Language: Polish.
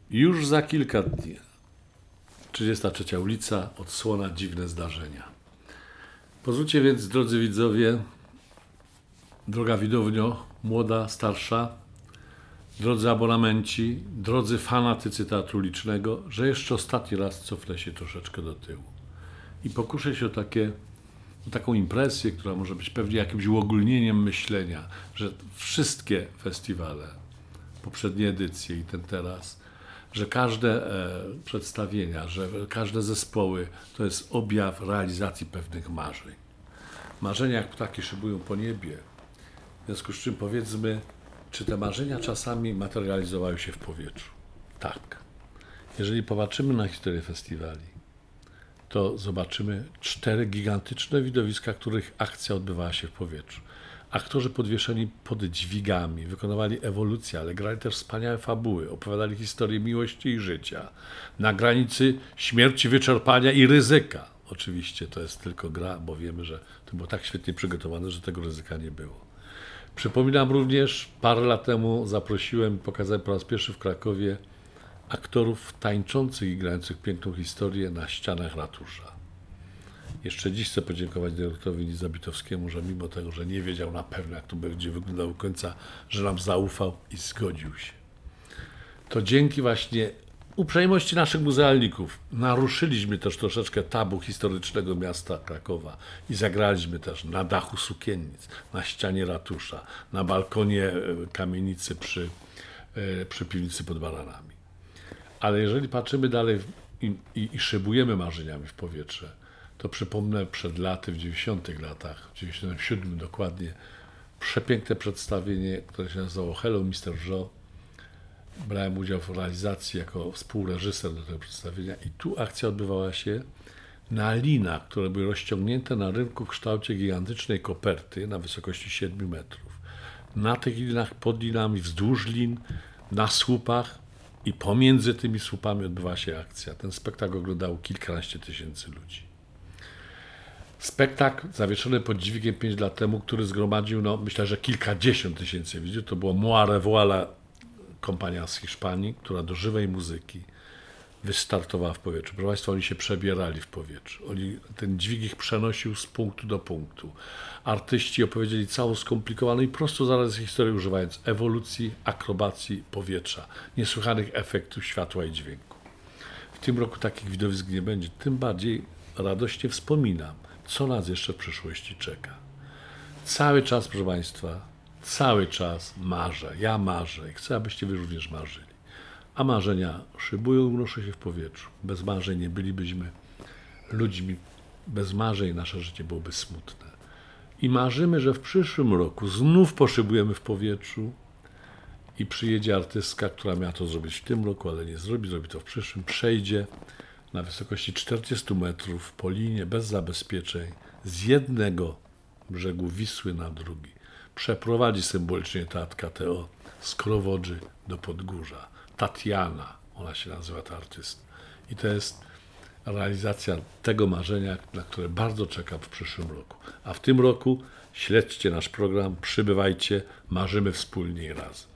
Już za kilka dni. 33. ulica, odsłona Dziwne zdarzenia. Pozwólcie więc, drodzy widzowie, droga widownio, młoda, starsza, drodzy abonamenci, drodzy fanatycy teatru licznego, że jeszcze ostatni raz cofnę się troszeczkę do tyłu. I pokuszę się o taką impresję, która może być pewnie jakimś uogólnieniem myślenia, że wszystkie festiwale, poprzednie edycje i ten teraz, że każde przedstawienia, że każde zespoły to jest objaw realizacji pewnych marzeń. Marzenia jak ptaki szybują po niebie. W związku z czym powiedzmy, czy te marzenia czasami materializowały się w powietrzu? Tak. Jeżeli popatrzymy na historię festiwali, to zobaczymy 4 gigantyczne widowiska, których akcja odbywała się w powietrzu. Aktorzy podwieszeni pod dźwigami, wykonywali ewolucję, ale grali też wspaniałe fabuły, opowiadali historię miłości i życia. Na granicy śmierci, wyczerpania i ryzyka. Oczywiście to jest tylko gra, bo wiemy, że to było tak świetnie przygotowane, że tego ryzyka nie było. Przypominam również, parę lat temu zaprosiłem, pokazałem po raz pierwszy w Krakowie aktorów tańczących i grających piękną historię na ścianach ratusza. Jeszcze dziś chcę podziękować dyrektorowi Lizabitowskiemu, że mimo tego, że nie wiedział na pewno, jak to będzie wyglądało do końca, że nam zaufał i zgodził się. To dzięki właśnie uprzejmości naszych muzealników naruszyliśmy też troszeczkę tabu historycznego miasta Krakowa i zagraliśmy też na dachu sukiennic, na ścianie ratusza, na balkonie kamienicy przy piwnicy pod Baranami. Ale jeżeli patrzymy dalej i szybujemy marzeniami w powietrze, to przypomnę przed laty, w 90 latach, w 97 dokładnie, przepiękne przedstawienie, które się nazywało Hello Mr. Joe. Brałem udział w realizacji jako współreżyser do tego przedstawienia i tu akcja odbywała się na linach, które były rozciągnięte na rynku w kształcie gigantycznej koperty na wysokości 7 metrów. Na tych linach, pod linami, wzdłuż lin, na słupach i pomiędzy tymi słupami odbywała się akcja. Ten spektakl oglądało kilkanaście tysięcy ludzi. Spektakl zawieszony pod dźwigiem 5 lat temu, który zgromadził, myślę, że kilkadziesiąt tysięcy widzów, to było Moi Revoilà, kompania z Hiszpanii, która do żywej muzyki wystartowała w powietrzu. Proszę Państwa, oni się przebierali w powietrzu. Ten dźwig ich przenosił z punktu do punktu. Artyści opowiedzieli całą skomplikowaną i prostą zaraz historię, używając ewolucji, akrobacji, powietrza, niesłychanych efektów światła i dźwięku. W tym roku takich widowisk nie będzie, tym bardziej radośnie wspominam, co nas jeszcze w przyszłości czeka. Cały czas, proszę Państwa, cały czas marzę. Ja marzę i chcę, abyście wy również marzyli. A marzenia szybują i unoszą się w powietrzu. Bez marzeń nie bylibyśmy ludźmi. Bez marzeń nasze życie byłoby smutne. I marzymy, że w przyszłym roku znów poszybujemy w powietrzu i przyjedzie artystka, która miała to zrobić w tym roku, ale nie zrobi, zrobi to w przyszłym, przejdzie na wysokości 40 metrów po linie bez zabezpieczeń z jednego brzegu Wisły na drugi. Przeprowadzi symbolicznie teatr KTO z Krowodrzy do Podgórza. Tatiana, ona się nazywa, ta artystka. I to jest realizacja tego marzenia, na które bardzo czekam w przyszłym roku. A w tym roku śledźcie nasz program, przybywajcie, marzymy wspólnie i razem.